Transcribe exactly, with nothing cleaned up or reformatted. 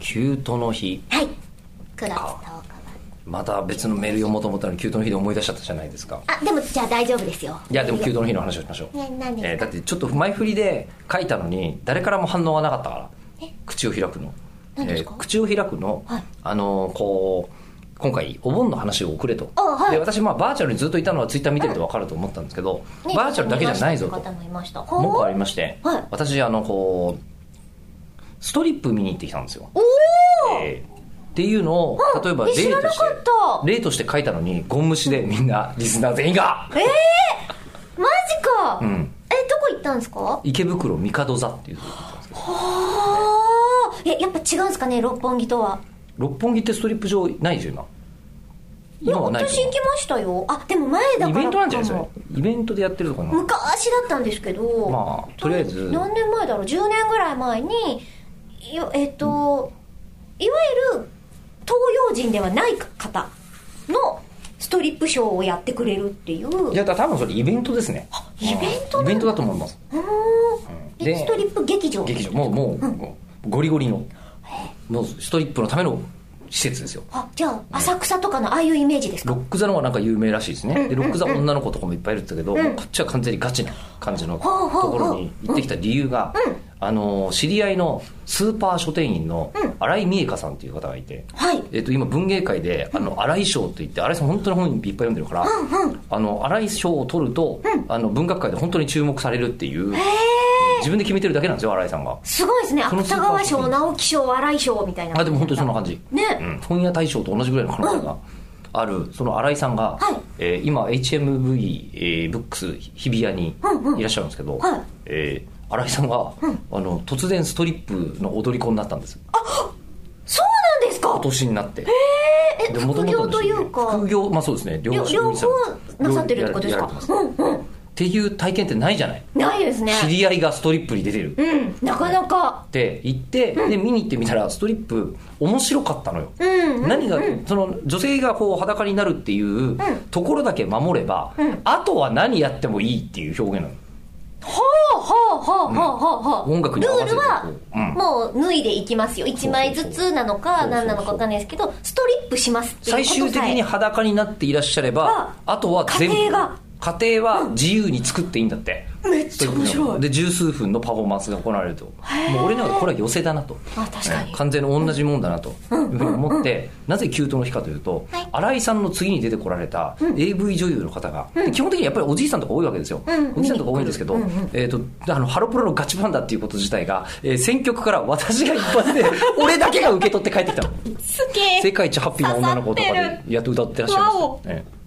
キュートの日、 はい、くがつとおかはまた別のメール読もうと思ったのにキュートの日で思い出しちゃったじゃないですか。 あ、でもじゃあ大丈夫ですよ。 いやでもキュートの日の話をしましょう。 ね、何ですか？ えー、だってちょっと前振りで書いたのに誰からも反応がなかったから。 え、 口を開くの、 何ですか？ えー、口を開くの、はい、あのー、こう今回お盆の話を送れと、 はい、 で私まあバーチャルにずっといたのはツイッター見てると分かると思ったんですけど、うん、バーチャルだけじゃないぞと文句ありまして、はい、私あのこうストリップ見に行ってきたんですよ。 おー、 えーっていうのを、うん、例えば例として例として書いたのにゴン無視でみんなリスナー全員がえー、マジか、うん、えどこ行ったんですか？ 池袋ミカド座っていうとこ行ったんですけど。 はあ、えやっぱ違うんですかね、六本木とは。 六本木ってストリップ場ないでしょ今。 今はない。私行きましたよ。あ、でも前だからイベントなんじゃないですか。イベントでやってるとかな。 昔だったんですけど、 まあとりあえず何年前だろう、じゅうねんぐらい前にえっと、うん、いわゆる東洋人ではない方のストリップショーをやってくれるっていう。 いや多分それイベントですね。 イベント、 イベントだと思います。 うん、でストリップ劇場劇場もうもう、うん、もうゴリゴリのもうストリップのための施設ですよ。 あ、じゃあ浅草とかのああいうイメージですか？ ロック座の方がなんか有名らしいですね、うんうんうん、でロック座女の子とかもいっぱいいるって言ったけど、うん、こっちは完全にガチな感じのところに行ってきた理由が、うん、あの知り合いのスーパー書店員の新井美恵香さんっていう方がいて、はい、えー、と今文芸界であの新井賞といって新井さん本当に本いっぱい読んでるから、うんうん、あの新井賞を取ると、うん、あの文学界で本当に注目されるっていう、自分で決めてるだけなんですよ新井さんが。 すごいですね。芥川賞、直木賞、新井賞みたいな。 あでも本当にそんな感じね、 うん、本屋大賞と同じぐらいの可能性がある、うん、その新井さんが、はい、えー、今 エイチエムブイ、えー、ブックス日比谷にいらっしゃるんですけど、うんうん、はい、えー、新井さんが、うん、あの突然ストリップの踊り子になったんです。 あ、そうなんですか。 今年になって。 えー、副業というか副業、まあそうですね、 両方なさってるってことですか？うんうん、 っていう体験ってないじゃない。 ないですね。 知り合いがストリップに出てる、 うん、なかなかって言って、うん、で見に行ってみたらストリップ面白かったのよ、うんうんうん、何がその女性がこう裸になるっていうところだけ守れば、うん、あとは何やってもいいっていう表現なの。 はあはあはあはあはあ、 うん、音楽に合わせてルールは、うん、もう脱いでいきますよ。いちまいずつなのか何なのか分かんないですけど、ストリップしますっていうことさえ。 最終的に裸になっていらっしゃれば、あとは全部家庭が家庭は自由に作っていいんだって、 うん、めっちゃ面白い。 で十数分のパフォーマンスが行われると、もう俺の中でこれは寄せだなと、 あ、確かに、 ね、完全に同じもんだなというふうに思って、うんうんうん、なぜキュートの日かというと、はい、新井さんの次に出てこられた エーブイ 女優の方が、うん、基本的にやっぱりおじいさんとか多いわけですよ、うん、おじいさんとか多いんですけど、うんうん、えー、とあのハロプロのガチファンだっていうこと自体が、えー、選曲から私が一発で俺だけが受け取って帰ってきたの。 すげえ、 世界一ハッピーな女の子とかでやっと歌ってらっしゃいます、ね。